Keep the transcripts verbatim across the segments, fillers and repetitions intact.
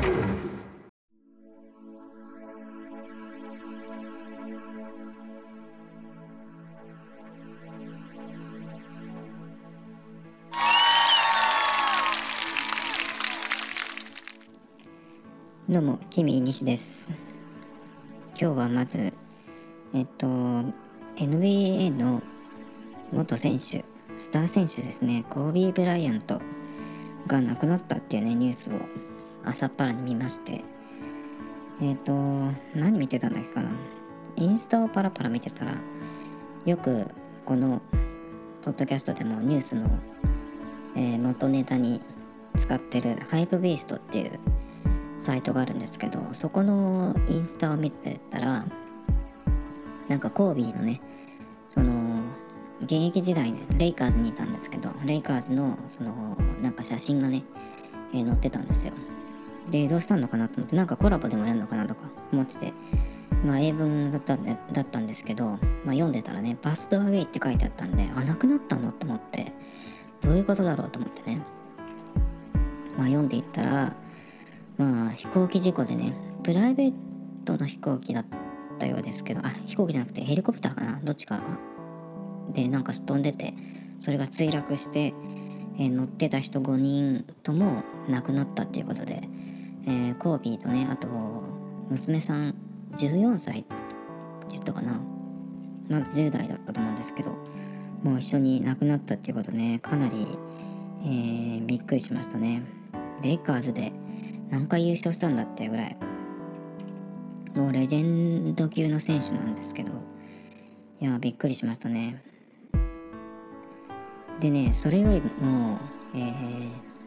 どうも、キミ西です。今日はまず、えっと、エヌビーエー の元選手、スター選手ですね、コービー・ブライアントが亡くなったっていうね、ニュースを朝っぱらに見まして、えっと、何見てたんだっけかな。インスタをパラパラ見てたら、よくこのポッドキャストでもニュースの、えー元ネタに使ってるハイプビーストっていうサイトがあるんですけど、そこのインスタを見てたら、なんかコービーのね、その現役時代ね、レイカーズにいたんですけど、レイカーズのそのなんか写真がね、えー載ってたんですよ。で、どうしたのかなと思って、なんかコラボでもやるのかなとか思ってて、まあ英文だったんでだったんですけど、まあ読んでたらね、パスドアウェイって書いてあったんで、あ、なくなったのと思って、どういうことだろうと思ってね、まあ読んでいったら、まあ飛行機事故でね、プライベートの飛行機だったようですけど、あ、飛行機じゃなくてヘリコプターかな、どっちかでなんか飛んでて、それが墜落して、えー乗ってた人ごにんとも亡くなったっていうことで、えーコービーとね、あと娘さんじゅうよんさいって言ったかな、まだじゅう代だったと思うんですけど、もう一緒に亡くなったっていうことね、かなり、えーびっくりしましたね。レイカーズで何回優勝したんだっていうぐらいもうレジェンド級の選手なんですけど、いやびっくりしましたね。でね、それよりも、えー、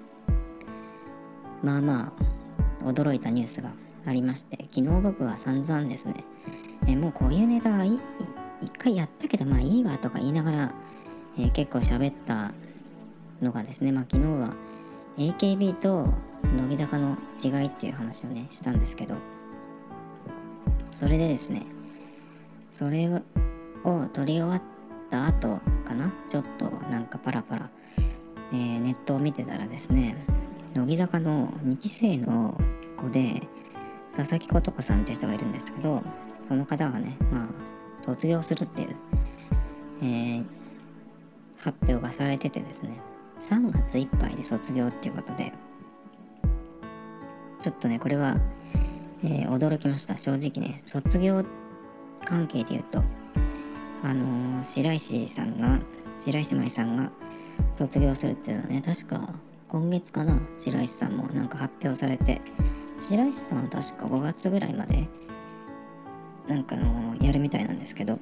まあまあ驚いたニュースがありまして、昨日僕は散々ですね、えーもうこういうネタはいい一回やったけどまあいいわとか言いながら、えー結構喋ったのがですね、まあ昨日は エーケービー と乃木坂の違いっていう話をねしたんですけど、それでですね、それを撮り終わった後かな、ちょっとなんかパラパラ、えーネットを見てたらですね、乃木坂のにき生の子で佐々木琴子さんっていう人がいるんですけど、その方がね、まあ卒業するっていう、えー発表がされててですね、さんがついっぱいで卒業っていうことで、ちょっとねこれは、えー驚きました。正直ね、卒業関係で言うと、あのー白石さんが白石麻衣さんが卒業するっていうのはね、確か今月かな、白石さんもなんか発表されて、白石さんは確かごがつぐらいまでなんかあのーやるみたいなんですけど、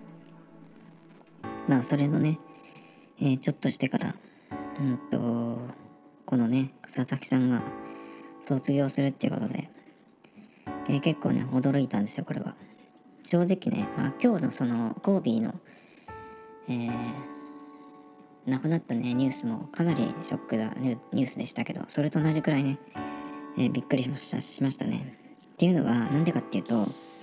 まあそれのね、えーちょっとしてからうんとこのね佐々木さんが卒業するっていうことで、えー結構ね驚いたんですよこれは。正直ね、まあ今日のそのコービーの、えー亡くなったねニュースもかなりショックなニュニュースでしたけど、それと同じくらいね、えーびっくりしましたしましたね。っていうのはなんでかっていうと、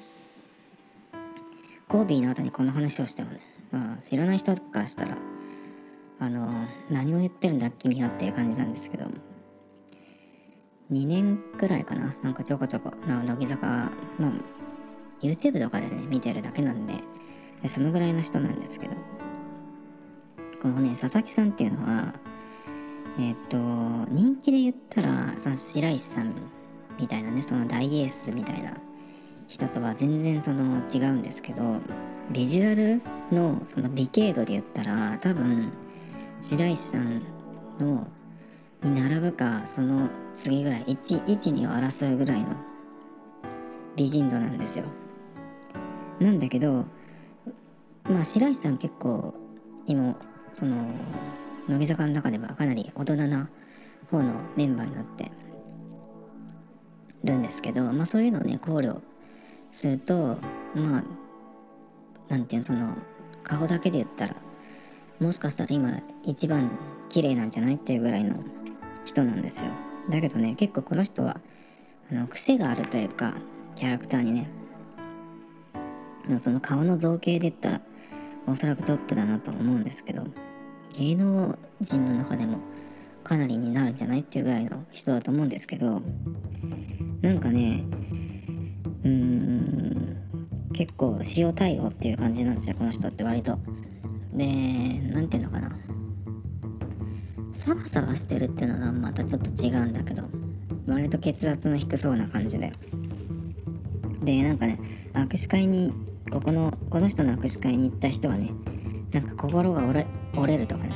コービーの後にこの話をしてもね、まあ、知らない人からしたらあのー何を言ってるんだ君はっていう感じなんですけど、にねんくらいかな、なんかちょこちょこな乃木坂、まあ YouTube とかでね見てるだけなんで、そのぐらいの人なんですけど、このね佐々木さんっていうのは、えっと人気で言ったらその白石さんみたいなね、その大エースみたいな人とは全然その違うんですけど、ビジュアルのその美形度で言ったら多分白石さんのに並ぶか、その次ぐらい いち, いちにを争うぐらいの美人度なんですよ。なんだけど、まあ白石さん結構今その乃木坂の中ではかなり大人な方のメンバーになってるんですけど、まあそういうのをね考慮すると、まあなんていうの、その顔だけで言ったらもしかしたら今一番綺麗なんじゃないっていうぐらいの人なんですよ。だけどね、結構この人はあの癖があるというか、キャラクターにね、その顔の造形で言ったらおそらくトップだなと思うんですけど、芸能人の中でもかなりになるんじゃないっていうぐらいの人だと思うんですけど、 なんかね、うーん結構塩対応っていう感じなんですよ、この人って割と。で、なんていうのかな、サバサバしてるっていうのがまたちょっと違うんだけど、割と血圧の低そうな感じで。で、なんかね、握手会に、ここの、この人の握手会に行った人はね、なんか心が折れ、折れるとかね、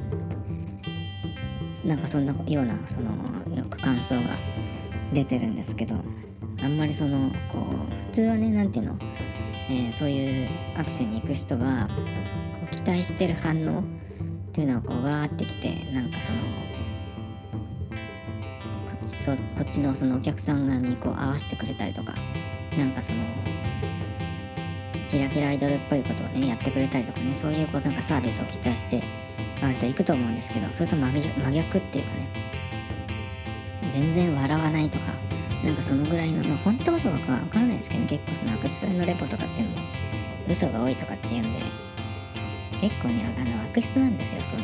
なんかそんなような、その、よく感想が出てるんですけど、あんまりその、こう、普通はね、なんていうの、えーそういう握手に行く人は、こう期待してる反応っていうのをこう、わーってきて、なんかその、こっちそこっちのそのお客さん側にこう合わせてくれたりとか、なんかそのキラキラアイドルっぽいことをねやってくれたりとかね、そういうこうなんかサービスを期待して割と行くと思うんですけど、それと真逆真逆っていうかね、全然笑わないとか、なんかそのぐらいの、まあ本当かどうかわからないですけどね、結構その握手会のレポとかっていうのも嘘が多いとかっていうんで、結構ね、あの悪質なんですよ、その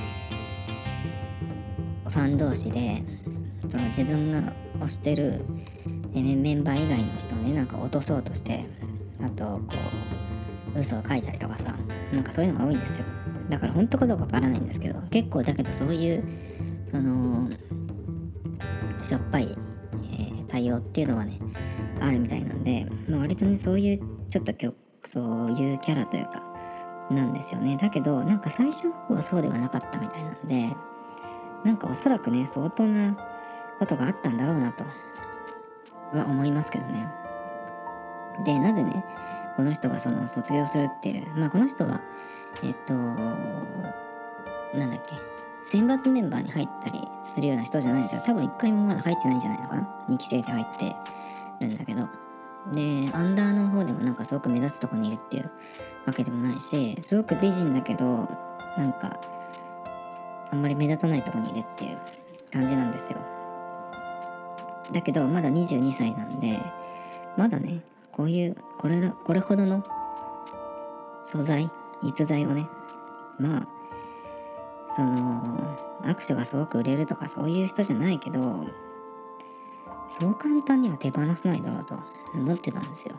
ファン同士で、その自分が推してるえメメンバー以外の人をね、なんか落とそうとして、あとこう嘘を書いたりとかさ、なんかそういうのが多いんですよ。だから本当かどうかわからないんですけど、結構だけどそういうそのしょっぱい、えー対応っていうのはねあるみたいなんで、まあ、割とねそういうちょっときょそういうキャラというかなんですよね。だけどなんか最初の方はそうではなかったみたいなんで、なんかおそらくね相当なことがあったんだろうなとは思いますけどね。で、なぜね、この人がその卒業するっていう、まあこの人は、えっと、なんだっけ、選抜メンバーに入ったりするような人じゃないんですよ。多分一回もまだ入ってないんじゃないのかな。にき生で入ってるんだけど。で、アンダーの方でもなんかすごく目立つとこにいるっていうわけでもないし、すごく美人だけど、なんか、あんまり目立たないとこにいるっていう感じなんですよ。だけど、まだにじゅうにさいなんで、まだね、こういう、これだ、これほどの素材、逸材をね、まあ、その、握手がすごく売れるとかそういう人じゃないけど、そう簡単には手放さないだろうと思ってたんですよ。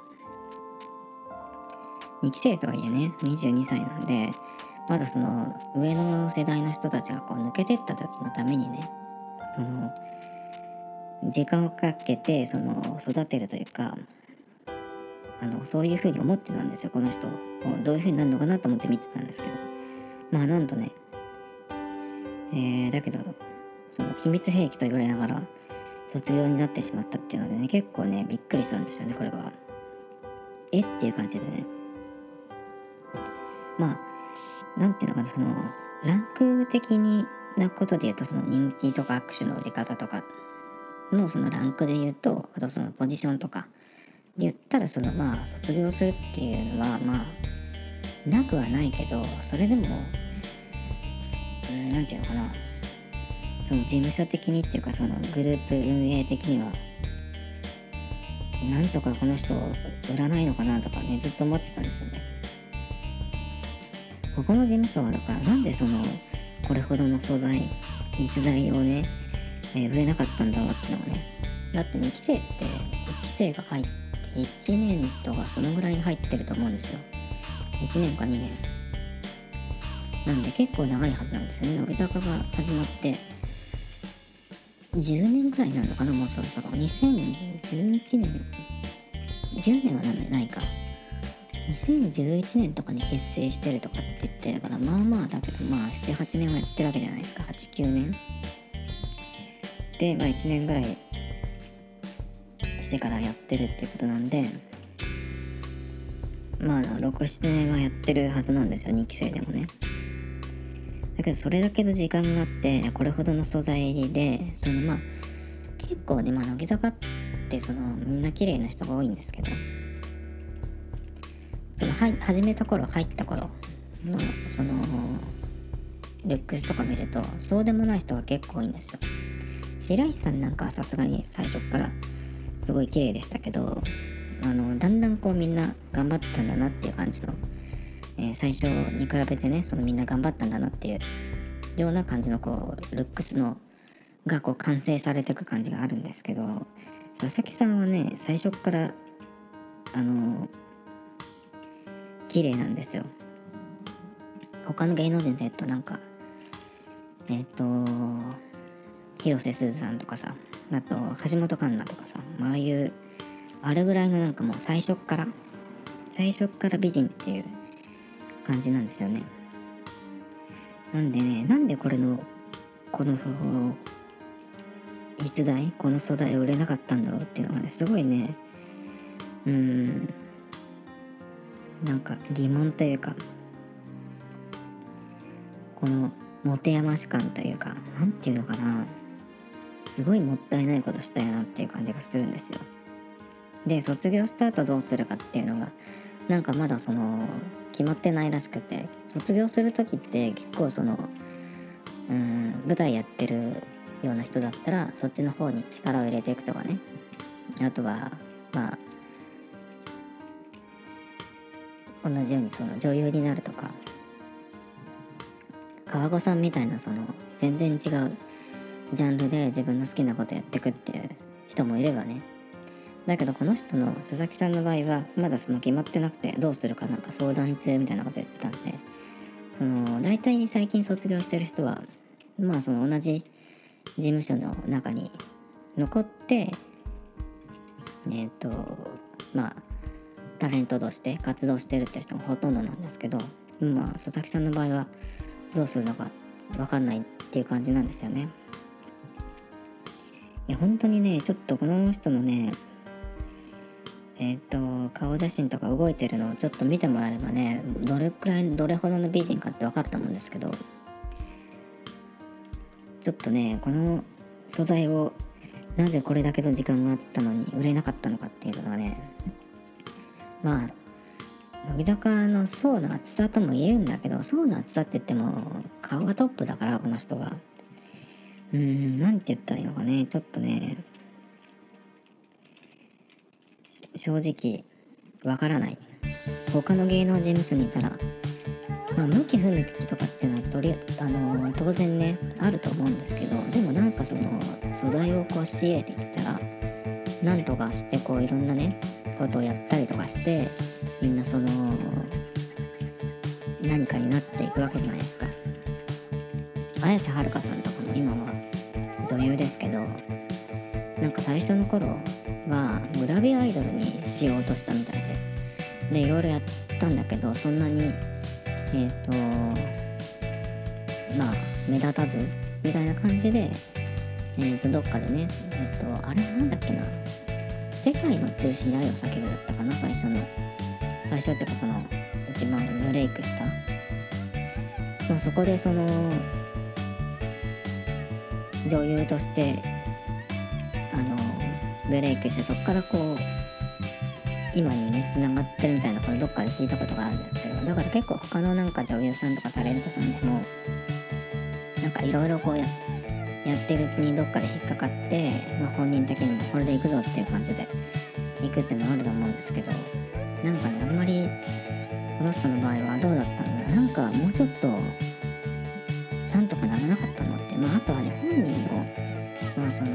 にき生とはいえね、にじゅうにさいなんで、まだその上の世代の人たちがこう抜けてった時のためにね、その、時間をかけて、その、育てるというか、あの、そういう風に思ってたんですよ、この人を。どういう風になるのかなと思って見てたんですけど。まあ、なんとね、えー、だけど、その秘密兵器と言われながら卒業になってしまったっていうのでね、結構ね、びっくりしたんですよね、これは。えっていう感じでね。まあ、なんていうのかな、その、ランク的になことで言うと、その人気とか握手の売り方とかのそのランクで言うと、あとそのポジションとかで言ったら、そのまあ、卒業するっていうのは、まあ、なくはないけど、それでも、うん、なんていうのかな、その事務所的にっていうか、そのグループ運営的には、なんとかこの人を売らないのかなとかね、ずっと思ってたんですよね。ここの事務所はだからなんでその、これほどの素材、逸材をね、えー売れなかったんだろうっていうのがね。だってにき生っていっき生が入っていちねんとかそのぐらいに入ってると思うんですよ。いちねんかにねん。なんで結構長いはずなんですよね。乃木坂が始まってじゅうねんぐらいになるのかな、もうそろそろ。にせんじゅういちねん、じゅうねんはなんでないか。にせんじゅういちねんとかに結成してるとかって言ってるから、まあまあだけど、まあなな、はちねんはやってるわけじゃないですか。はち、きゅうねん。で、まあいちねんぐらいしてからやってるっていうことなんで、まあろく、ななねんはやってるはずなんですよ、にき生でもね。だけどそれだけの時間があって、これほどの素材で、そのまあ、結構ね、まあ乃木坂ってそのみんな綺麗な人が多いんですけど、そのはい始めた頃入った頃のそのルックスとか見るとそうでもない人が結構多いんですよ。白石さんなんかはさすがに最初っからすごい綺麗でしたけど、あのだんだんこうみんな頑張ったんだなっていう感じの、えー最初に比べてね、そのみんな頑張ったんだなっていうような感じのこうルックスのがこう完成されていく感じがあるんですけど、 佐々木さんはね最初っからあの綺麗なんですよ。他の芸能人でえっとなんかえっと広瀬すずさんとかさ、あと橋本環奈とかさ、ああいうあれぐらいのなんかもう最初っから最初っから美人っていう感じなんですよね。なんでね、なんでこれのこの逸材この素材売れなかったんだろうっていうのがねすごいね、うーんなんか疑問というか、この持て余し感というか、なんていうのかな、すごいもったいないことしたよなっていう感じがするんですよ。で、卒業した後どうするかっていうのがなんかまだその決まってないらしくて、卒業する時って結構そのうーん舞台やってるような人だったらそっちの方に力を入れていくとかね、あとはまあ同じようにその女優になるとか、川越さんみたいなその全然違うジャンルで自分の好きなことやってくっていう人もいればね、だけどこの人の佐々木さんの場合はまだその決まってなくてどうするかなんか相談中みたいなこと言ってたんで、その大体最近卒業してる人はまあその同じ事務所の中に残ってえっとまあタレントとして活動してるっていう人がほとんどなんですけど、まあ佐々木さんの場合はどうするのか分かんないっていう感じなんですよね。いや本当にね、ちょっとこの人のねえっと顔写真とか動いてるのをちょっと見てもらえればね、どれくらいどれほどの美人かって分かると思うんですけど、ちょっとねこの素材をなぜこれだけの時間があったのに売れなかったのかっていうのがね、まあ乃木坂の層の厚さとも言えるんだけど、層の厚さって言っても顔がトップだからこの人はうーんなんて言ったらいいのかね、ちょっとね正直わからない。他の芸能事務所にいたらまあ向き不向きとかっていうのはとりあの当然ねあると思うんですけど、でもなんかその素材をこう仕入れてきたらなんとかしてこういろんなねことをやったりとかしてみんなその何かになっていくわけじゃないですか。綾瀬はるかさんとかも今は女優ですけど、なんか最初の頃はグラビアアイドルにしようとしたみたいで、でいろいろやったんだけどそんなにえっ、とまあ目立たずみたいな感じでえっ、とどっかでねえっ、とあれなんだっけな、世界の中心に愛を叫ぶだったかな、最初の最初っていうかその一番ブレイクした、まあ、そこでその女優としてあのブレイクして、そこからこう今にねつながってるみたいなことどっかで聞いたことがあるんですけど、だから結構他のなんか女優さんとかタレントさんでもなんかいろいろこうややってるうちにどっかで引っかかって、まあ、本人的にもこれで行くぞっていう感じで行くっていうのがあると思うんですけど、なんかねあんまりこの人の場合はどうだったんだろう、なんかもうちょっとなんとかならなかったのって、まああとはね本人のまあその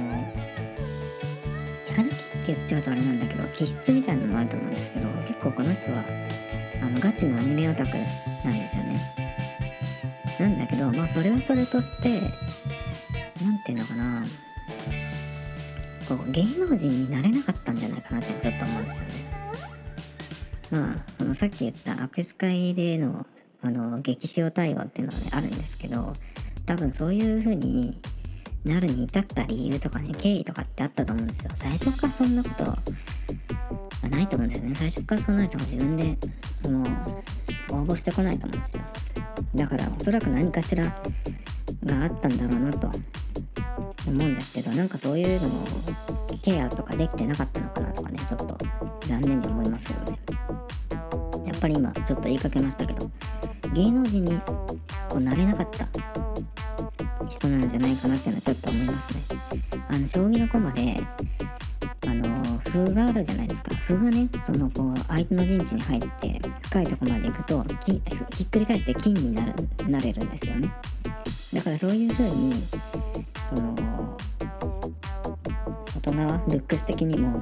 やる気って言っちゃうとあれなんだけど気質みたいなのもあると思うんですけど、結構この人はあのガチのアニメオタクなんですよね。なんだけどまあそれはそれとしてなんていうのかな、こう芸能人になれなかったんじゃないかなってちょっと思うんですよね。まあそのさっき言った握手会でのあの激塩対応っていうのはねあるんですけど、多分そういう風になるに至った理由とかね経緯とかってあったと思うんですよ。最初からそんなことはないと思うんですよね。最初からそんな人が自分でその応募してこないと思うんですよ。だからおそらく何かしらがあったんだろうなと思うんですけど、なんかそういうのもケアとかできてなかったのかなとかね、ちょっと残念に思いますけどね。やっぱり今ちょっと言いかけましたけど、芸能人にこうなれなかった人なんじゃないかなっていうのはちょっと思いますね。あの将棋の駒であの歩があるじゃないですか。歩がねそのこう相手の陣地に入って深いところまで行くときひっくり返して金になるなれるんですよね。だからそういう風にその外外側ルックス的にも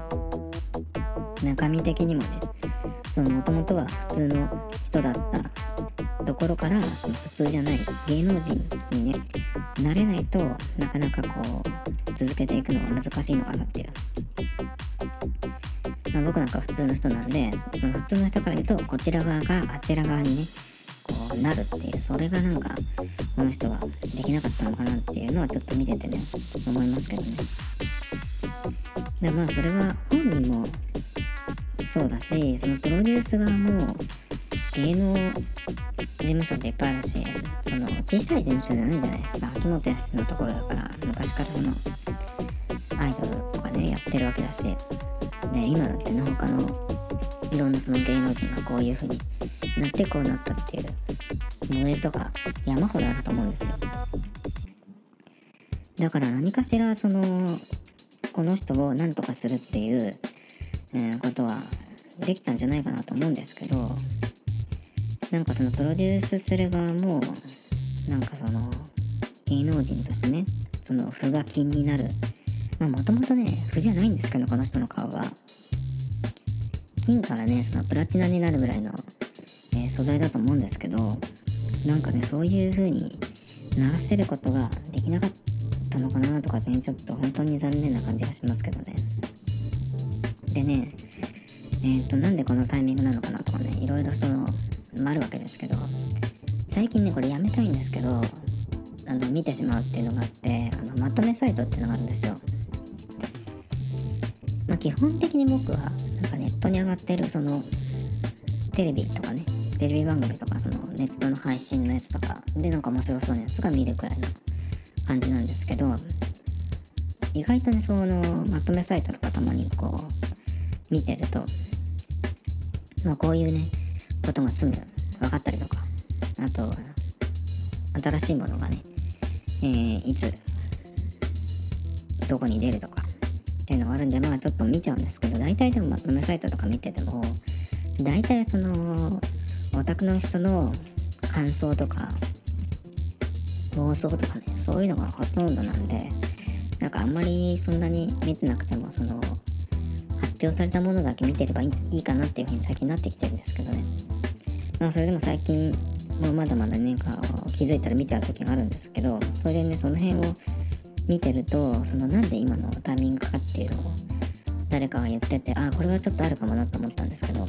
中身的にもね、そのもともとは普通の人だったところから、その普通じゃない芸能人にねなれないと、なかなかこう続けていくのは難しいのかなっていう。まあ、僕なんか普通の人なんで、その普通の人から言うと、こちら側からあちら側にねこうなるっていう、それがなんかこの人はできなかったのかなっていうのはちょっと見ててね思いますけどね。でまあそれは本人もそうだし、そのプロデュース側も芸能事務所っていっぱいあるし、その小さい事務所じゃないじゃないですか。秋元康のところだから、昔からそのアイドルとかねやってるわけだし、で今だってね他のいろんなその芸能人がこういう風になってこうなったっていうモデルとか山ほどあると思うんですよ。だから何かしらそのこの人を何とかするっていう、えーことはできたんじゃないかなと思うんですけど、なんかそのプロデュースする側もなんかその芸能人としてね、その負が気になる、まあもともとね負じゃないんですけど、この人の顔は金からねそのプラチナになるぐらいの、えー素材だと思うんですけど、なんかねそういう風にならせることができなかったのかなとかね、ちょっと本当に残念な感じがしますけどね。でねえっ、となんでこのタイミングなのかなとかね、いろいろそのあるわけですけど、最近ねこれやめたいんですけど、あの見てしまうっていうのがあって、あのまとめサイトっていうのがあるんですよ。まあ基本的に僕はなんかネットに上がってるそのテレビとかね、テレビ番組とかそのネットの配信のやつとかでなんか面白そうなやつが見るくらいの感じなんですけど、意外とねそのまとめサイトとかたまにこう見てると、まあこういうねことがすぐ分かったりとか、あと新しいものがね、えー、いつどこに出るとかっていうのがあるんで、まあちょっと見ちゃうんですけど、大体でもまとめサイトとか見てても大体そのオタクの人の感想とか妄想とかね、そういうのがほとんどなんで、なんかあんまりそんなに見てなくても、その発表されたものだけ見てればいいいいかなっていう風に最近なってきてるんですけどね。まあそれでも最近もうまだまだね気づいたら見ちゃう時があるんですけど、それでねその辺を見てると、そのなんで今のタイミングかっていうのを誰かが言ってて、あこれはちょっとあるかもなと思ったんですけど、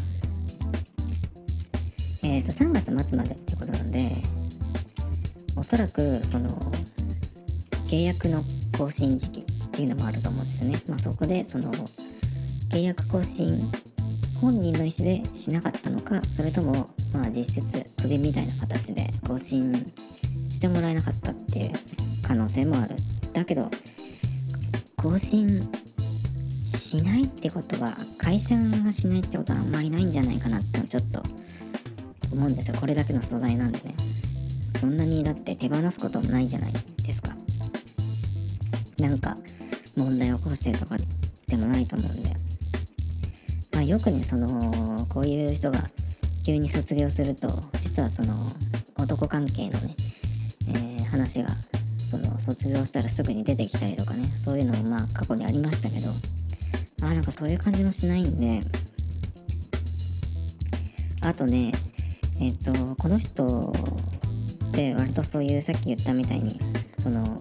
えっとさんがつ末までってことなんで、おそらくその契約の更新時期っていうのもあると思うんですよね。まあそこでその契約更新本人の意思でしなかったのか、それともまあ実質クビみたいな形で更新してもらえなかったっていう可能性もある。だけど更新しないってことは、会社がしないってことはあんまりないんじゃないかなってちょっと思うんですよ。これだけの素材なんでね、そんなにだって手放すこともないじゃないですか。なんか問題を起こしてるとかでもないと思うんで、まあよくねそのこういう人が急に卒業すると、実はその男関係のね、えー話がその卒業したらすぐに出てきたりとかね、そういうのもまあ過去にありましたけど、あなんかそういう感じもしないんで、あとねえっ、とこの人って割とそういうさっき言ったみたいにその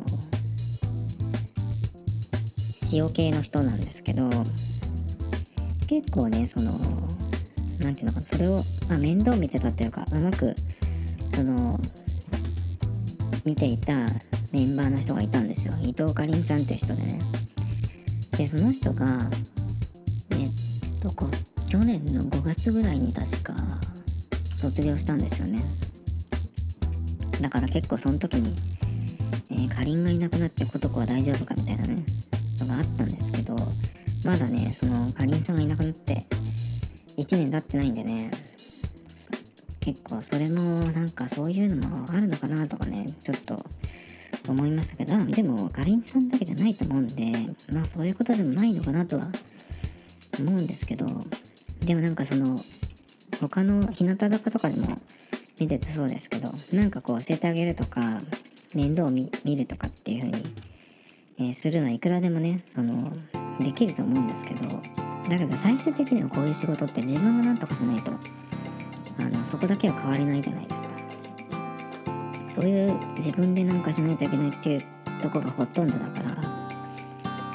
塩系の人なんですけど、結構ねそのなんていうのかな、それを、まあ、面倒見てたというか、うまくその見ていたメンバーの人がいたんですよ。伊藤かりんさんっていう人でね。でその人がえっとこ去年のごがつぐらいに確か卒業したんですよね。だから結構その時に、えー、かりんがいなくなってことこは大丈夫かみたいなねのがあったんですけど、まだねそのかりんさんがいなくなっていちねん経ってないんでね、結構それもなんかそういうのもあるのかなとかねちょっと思いましたけど、でもかりんさんだけじゃないと思うんで、まあそういうことでもないのかなとは思うんですけど、でもなんかその他の日向坂とかでも見ててそうですけど、なんかこう教えてあげるとか面倒を 見, 見るとかっていう風に、ええーするのはいくらでもねそのできると思うんですけど、だけど最終的にはこういう仕事って自分が何とかしないとあのそこだけは変われないじゃないですか。そういう自分で何かしないといけないっていうところがほとんどだから、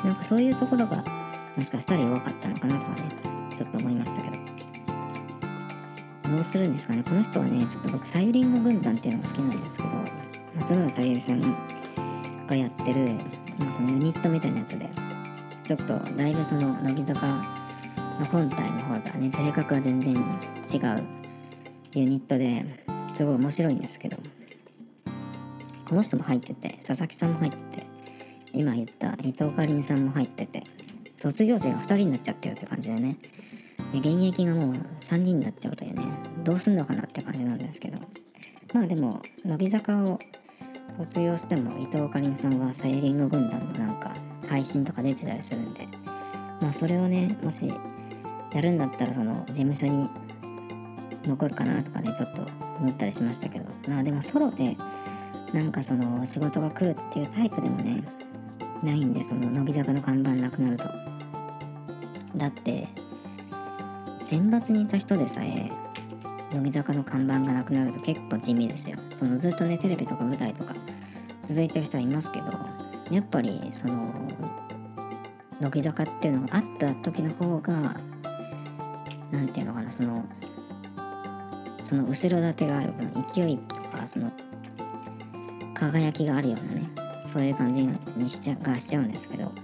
なんかそういうところがもしかしたら弱かったのかなとかねちょっと思いましたけど、どうするんですかね。この人はねちょっと僕さゆりんご軍団っていうのが好きなんですけど、松村さゆりさんがやってる、まあ、そのユニットみたいなやつでちょっとだいぶその乃木坂の本体の方がね性格が全然違うユニットですごい面白いんですけど、この人も入ってて佐々木さんも入ってて今言った伊藤かりんさんも入ってて、卒業生がふたりになっちゃってるって感じでね、で現役がもうさんにんになっちゃうというね、どうすんのかなって感じなんですけど、まあでも乃木坂を卒業しても伊藤かりんさんはさゆりんご軍団のなんか配信とか出てたりするんで、まあそれをねもしやるんだったらその事務所に残るかなとかねちょっと思ったりしましたけど、まあでもソロでなんかその仕事が来るっていうタイプでもねないんで、その乃木坂の看板なくなると、だって選抜にいた人でさえ乃木坂の看板がなくなると結構地味ですよ。そのずっとねテレビとか舞台とか続いてる人はいますけど、やっぱりその乃木坂っていうのがあった時の方がなんていうのかな、そのその後ろ盾がある分勢いとかその輝きがあるようなねそういう感じにしちゃがしちゃうんですけど、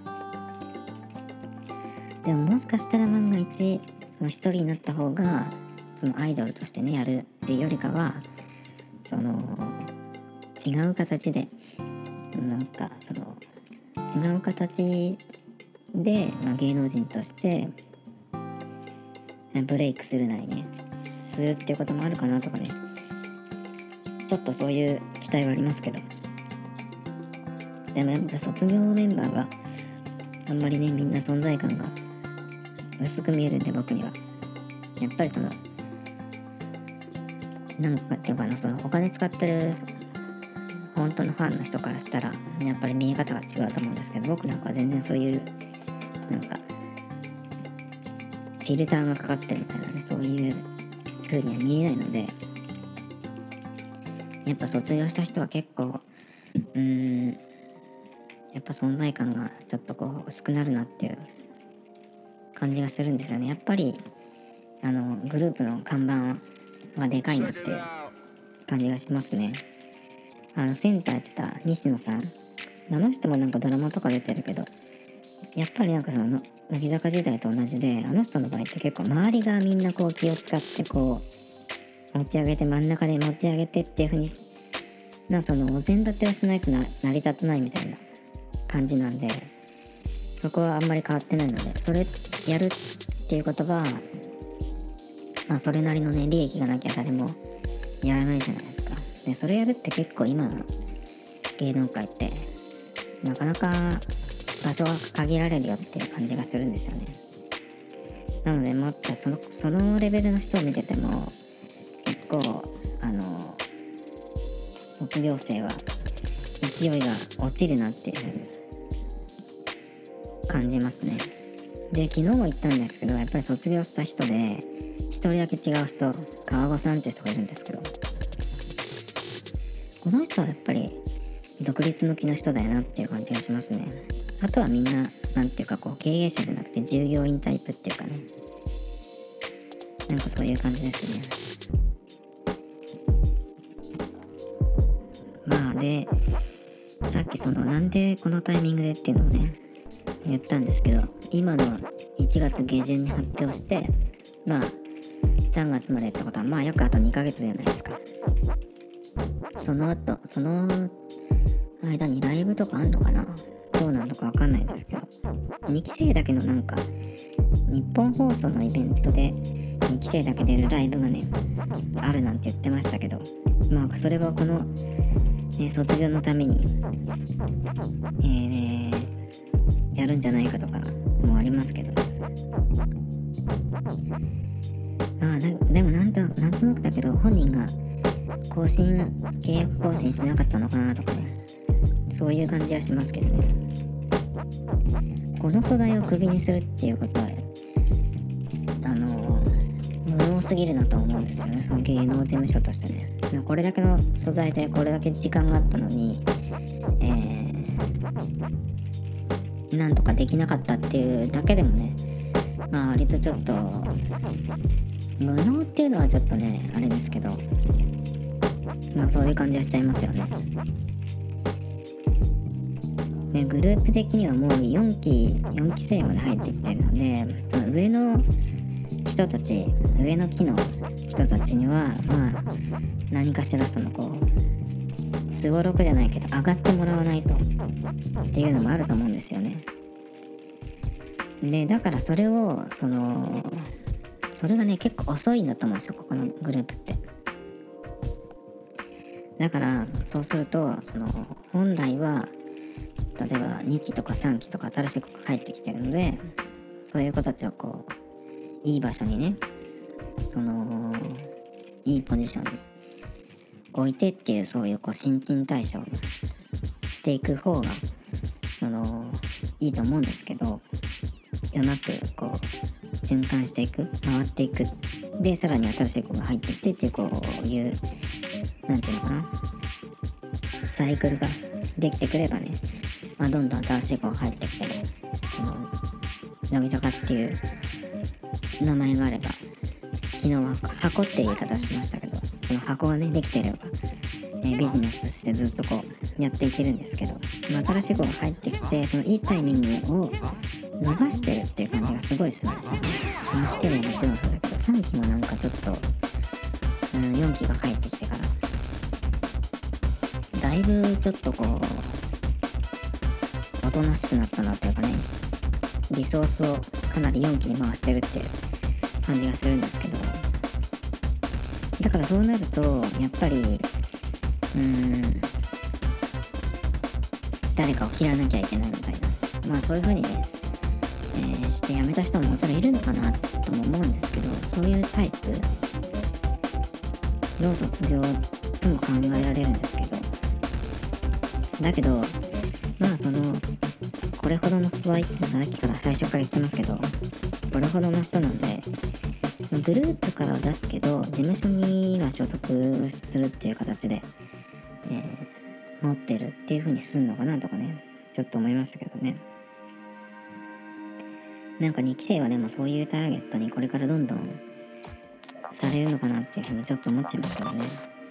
でももしかしたら万が一その一人になった方がそのアイドルとしてねやるっていうよりかはその違う形でなんかその違う形で、まあ、芸能人としてブレイクするなりねするっていうこともあるかなとかね、ちょっとそういう期待はありますけど、でもやっぱ卒業メンバーがあんまりねみんな存在感が薄く見えるんで、僕にはやっぱりそのなんかっていうかな、そのお金使ってる本当のファンの人からしたらやっぱり見え方が違うと思うんですけど、僕なんかは全然そういうなんかフィルターがかかってるみたいなねそういう風には見えないので、やっぱ卒業した人は結構うーんやっぱ存在感がちょっとこう薄くなるなっていう感じがするんですよね。やっぱりあのグループの看板はでかいなっていう感じがしますね。あのセンターやってた西野さん、あの人もなんかドラマとか出てるけど、やっぱりなんかその乃木坂時代と同じで、あの人の場合って結構周りがみんなこう気を使ってこう持ち上げて真ん中で持ち上げてっていう風にな、そのお膳立てをしないとな成り立たないみたいな感じなんで、そこはあんまり変わってないので、それやるっていうことはまあそれなりのね利益がなきゃ誰もやらないじゃないですか。でそれやるって結構今の芸能界ってなかなか場所が限られるよっていう感じがするんですよね。なのでもっとそのそのレベルの人を見てても結構あの卒業生は勢いが落ちるなっていう風に感じますね。で昨日も言ったんですけど、やっぱり卒業した人で一人だけ違う人、川越さんっていう人がいるんですけど、この人はやっぱり独立向きの人だよなっていう感じがしますね。あとはみんななんていうかこう経営者じゃなくて従業員タイプっていうかね、なんかそういう感じですね。まあでさっきそのなんでこのタイミングでっていうのをね言ったんですけど、今のいちがつ下旬に発表してまあさんがつまでってことはまあ約あとにかげつじゃないですか。その後その間にライブとかあんのかな、どうなのかわかんないですけど、にき生だけのなんか日本放送のイベントでにき生だけ出るライブがねあるなんて言ってましたけど、まあそれはこの、えー卒業のためにえー、やるんじゃないかとかもありますけど、まあでもなんとなんとなくだけど本人が更新契約更新しなかったのかなとかね、そういう感じはしますけどね。 この素材をクビにするっていうことはあの無能すぎるなと思うんですよね、その芸能事務所としてね。これだけの素材でこれだけ時間があったのに、えー、なんとかできなかったっていうだけでもね、まあ割とちょっと無能っていうのはちょっとねあれですけど、まあそういう感じはしちゃいますよね。でグループ的にはもうよんきよんき生まで入ってきてるので、その上の人たち上の期の人たちにはまあ何かしらそのこうすごろくじゃないけど上がってもらわないとっていうのもあると思うんですよね。でだからそれをそのそれがね結構遅いんだと思うんですよ、ここのグループって。だからそうするとその本来は例えばにきとかさんきとか新しく入ってきてるので、そういう子たちをこういい場所にね、そのいいポジションに置いてっていう、そういうこう新陳代謝をしていく方がそのいいと思うんですけど、うまくこう循環していく、回っていく、でさらに新しい子が入ってきてっていうこういうなんていうのかな、サイクルができてくればね、まあ、どんどん新しい子が入ってきても、その乃木坂っていう名前があれば、昨日は箱っていう言い方をしましたけど、この箱がねできてれば、えー、ビジネスとしてずっとこうやっていけるんですけど、まあ、新しい子が入ってきてそのいいタイミングを逃してるっていう感じがすごいするんですよね。にき生ももちろんそうだけど、さんきもなんかちょっと、うん、よんきが入ってきてからだいぶちょっとこうおとなしくなったなというかね、リソースをかなりよんきに回してるっていう感じがするんですけど、だからそうなるとやっぱりうーん誰かを切らなきゃいけないみたいな、まあそういう風にね、えー、して辞めた人ももちろんいるのかなとも思うんですけど、そういうタイプの卒業とも考えられるんですけど、だけどまあそのこれほどの素材ってさっきから最初から言ってますけど、これほどの人なんで、そのグループからは出すけど事務所には所属するっていう形で、えー、持ってるっていう風にすんのかなとかね、ちょっと思いましたけどね。なんかにき生はでもそういうターゲットにこれからどんどんされるのかなっていう風にちょっと思っちゃいますけどね。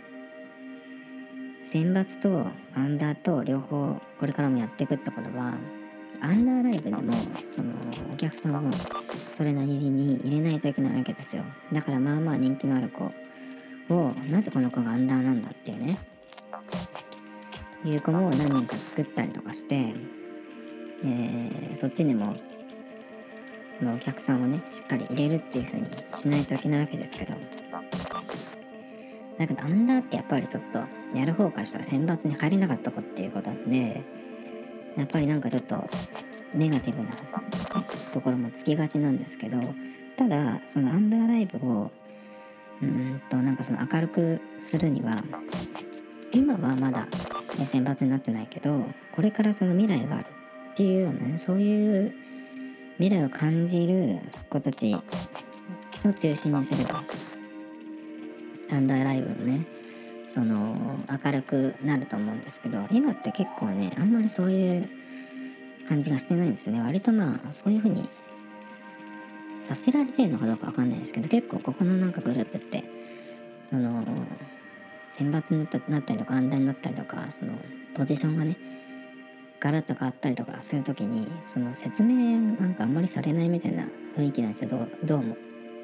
選抜とアンダーと両方これからもやっていくってことは、アンダーライブでもそのお客さんをそれなりに入れないといけないわけですよ。だからまあまあ人気のある子を、なぜこの子がアンダーなんだっていうね、いう子も何人か作ったりとかして、えー、そっちにもそのお客さんをねしっかり入れるっていう風にしないといけないわけですけど、だけどアンダーってやっぱりちょっとやる方からしたら選抜に入れなかった子っていうことなんで、やっぱりなんかちょっとネガティブなところもつきがちなんですけど、ただそのアンダーライブをうーんとなんかその明るくするには、今はまだ選抜になってないけど、これからその未来があるっていうようなね、そういう未来を感じる子たちを中心にすれば、アンダーライブもねその明るくなると思うんですけど、今って結構ねあんまりそういう感じがしてないんですよね。割とまあそういう風にさせられてるのかどうかわかんないですけど、結構ここのなんかグループってその選抜になったなったりとかアンダーになったりとか、そのポジションがねガラッと変わったりとかするときに、その説明なんかあんまりされないみたいな雰囲気なんですよ、どうどうも。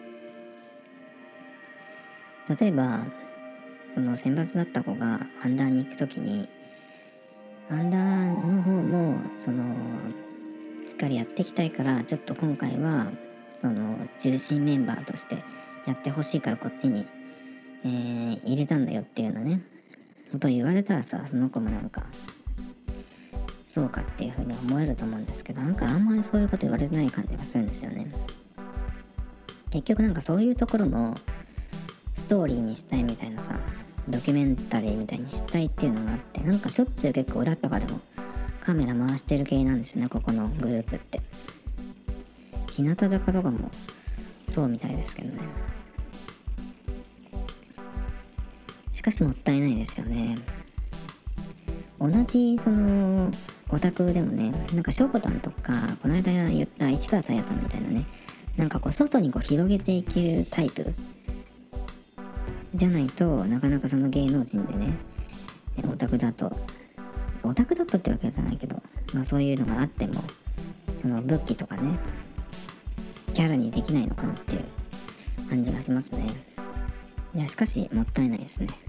例えばその選抜だった子がアンダーに行くときに、アンダーの方もそのしっかりやっていきたいから、ちょっと今回はその中心メンバーとしてやってほしいからこっちに、えー、入れたんだよっていうようなねことを言われたらさ、その子もなんかそうかっていうふうに思えると思うんですけど、なんかあんまりそういうこと言われてない感じがするんですよね。結局なんかそういうところもストーリーにしたいみたいなさ、ドキュメンタリーみたいにしたいっていうのがあって、なんかしょっちゅう結構裏とかでもカメラ回してる系なんですよね、ここのグループって。日向坂とかもそうみたいですけどね。しかしもったいないですよね。同じそのオタクでもね、なんかしょうこたんとかこの間言った市川さやさんみたいなね、なんかこう外にこう広げていけるタイプじゃないとなかなかその芸能人でね、オタクだとオタクだとってわけじゃないけど、まあそういうのがあってもその武器とかねキャラにできないのかなっていう感じがしますね。いやしかしもったいないですね。